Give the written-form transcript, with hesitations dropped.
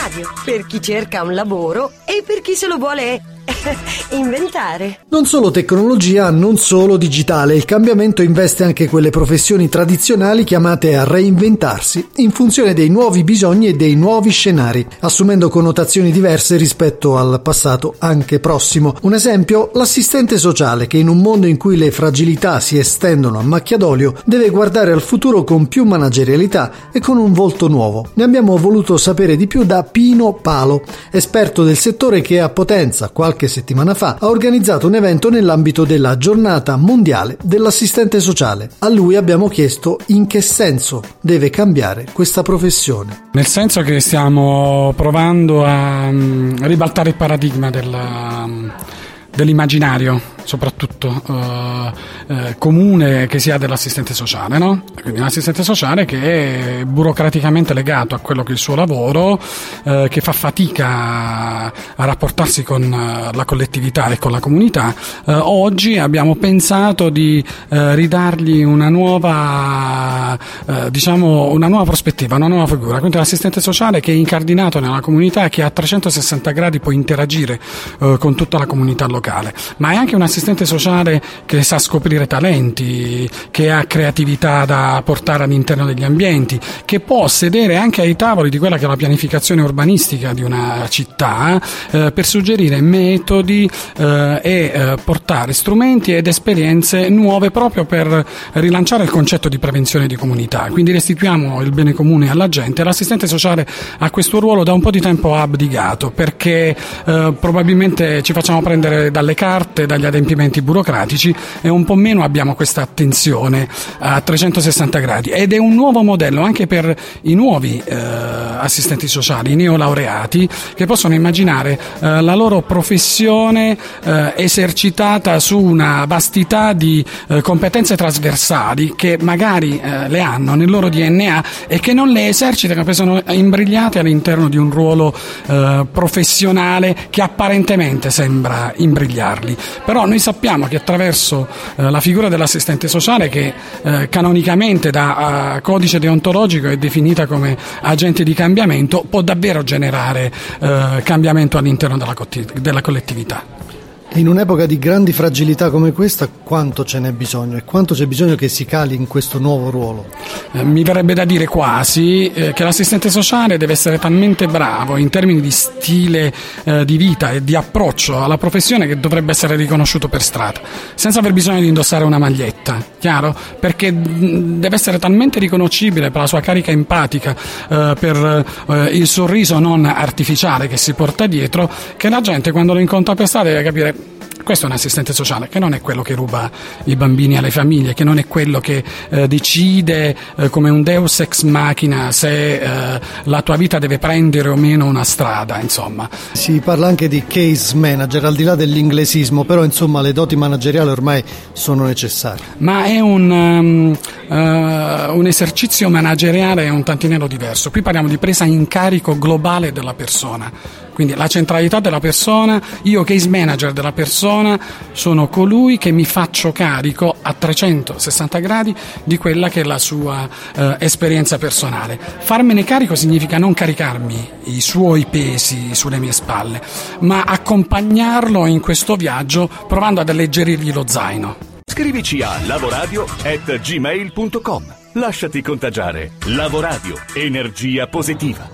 Radio, per chi cerca un lavoro e per chi se lo vuole inventare. Non solo tecnologia, non solo digitale, il cambiamento investe anche quelle professioni tradizionali chiamate a reinventarsi in funzione dei nuovi bisogni e dei nuovi scenari, assumendo connotazioni diverse rispetto al passato anche prossimo. Un esempio, l'assistente sociale che in un mondo in cui le fragilità si estendono a macchia d'olio deve guardare al futuro con più managerialità e con un volto nuovo. Ne abbiamo voluto sapere di più da Pino Palo, esperto del settore che a Potenza qualche settimana fa ha organizzato un evento nell'ambito della giornata mondiale dell'assistente sociale. A lui abbiamo chiesto in che senso deve cambiare questa professione. Nel senso che stiamo provando a ribaltare il paradigma dell'immaginario, soprattutto comune, che si ha dell'assistente sociale, no? Quindi un assistente sociale che è burocraticamente legato a quello che è il suo lavoro, che fa fatica a rapportarsi con la collettività e con la comunità. Oggi abbiamo pensato di ridargli una nuova prospettiva, una nuova figura. Quindi l'assistente sociale che è incardinato nella comunità, che a 360 gradi può interagire con tutta la comunità locale, ma è anche un assistente sociale che sa scoprire talenti, che ha creatività da portare all'interno degli ambienti, che può sedere anche ai tavoli di quella che è la pianificazione urbanistica di una città, per suggerire metodi e portare strumenti ed esperienze nuove proprio per rilanciare il concetto di prevenzione di comunità. Quindi restituiamo il bene comune alla gente. L'assistente sociale a questo ruolo da un po' di tempo ha abdicato, perché probabilmente ci facciamo prendere dalle carte, dagli adempimenti burocratici, e un po' meno abbiamo questa attenzione a 360 gradi, ed è un nuovo modello anche per i nuovi assistenti sociali, i neolaureati, che possono immaginare la loro professione esercitata su una vastità di competenze trasversali che magari le hanno nel loro DNA e che non le esercitano perché sono imbrigliate all'interno di un ruolo professionale che apparentemente sembra imbrigliarli. Però noi sappiamo che attraverso la figura dell'assistente sociale, che canonicamente da codice deontologico è definita come agente di cambiamento, può davvero generare cambiamento all'interno della collettività. In un'epoca di grandi fragilità come questa, quanto ce n'è bisogno e quanto c'è bisogno che si cali in questo nuovo ruolo? Mi verrebbe da dire quasi che l'assistente sociale deve essere talmente bravo in termini di stile di vita e di approccio alla professione che dovrebbe essere riconosciuto per strada, senza aver bisogno di indossare una maglietta, chiaro? Perché deve essere talmente riconoscibile per la sua carica empatica, per il sorriso non artificiale che si porta dietro, che la gente quando lo incontra per strada deve capire: questo è un assistente sociale, che non è quello che ruba i bambini alle famiglie, che non è quello che decide come un deus ex machina se la tua vita deve prendere o meno una strada, insomma. Si parla anche di case manager, al di là dell'inglesismo, però insomma le doti manageriali ormai sono necessarie. Ma è un esercizio manageriale un tantinello diverso. Qui parliamo di presa in carico globale della persona. Quindi la centralità della persona, io case manager della persona, sono colui che mi faccio carico a 360 gradi di quella che è la sua esperienza personale. Farmene carico significa non caricarmi i suoi pesi sulle mie spalle, ma accompagnarlo in questo viaggio provando ad alleggerirgli lo zaino. Scrivici a lavoradio@gmail.com. Lasciati contagiare. Lavoradio, energia positiva.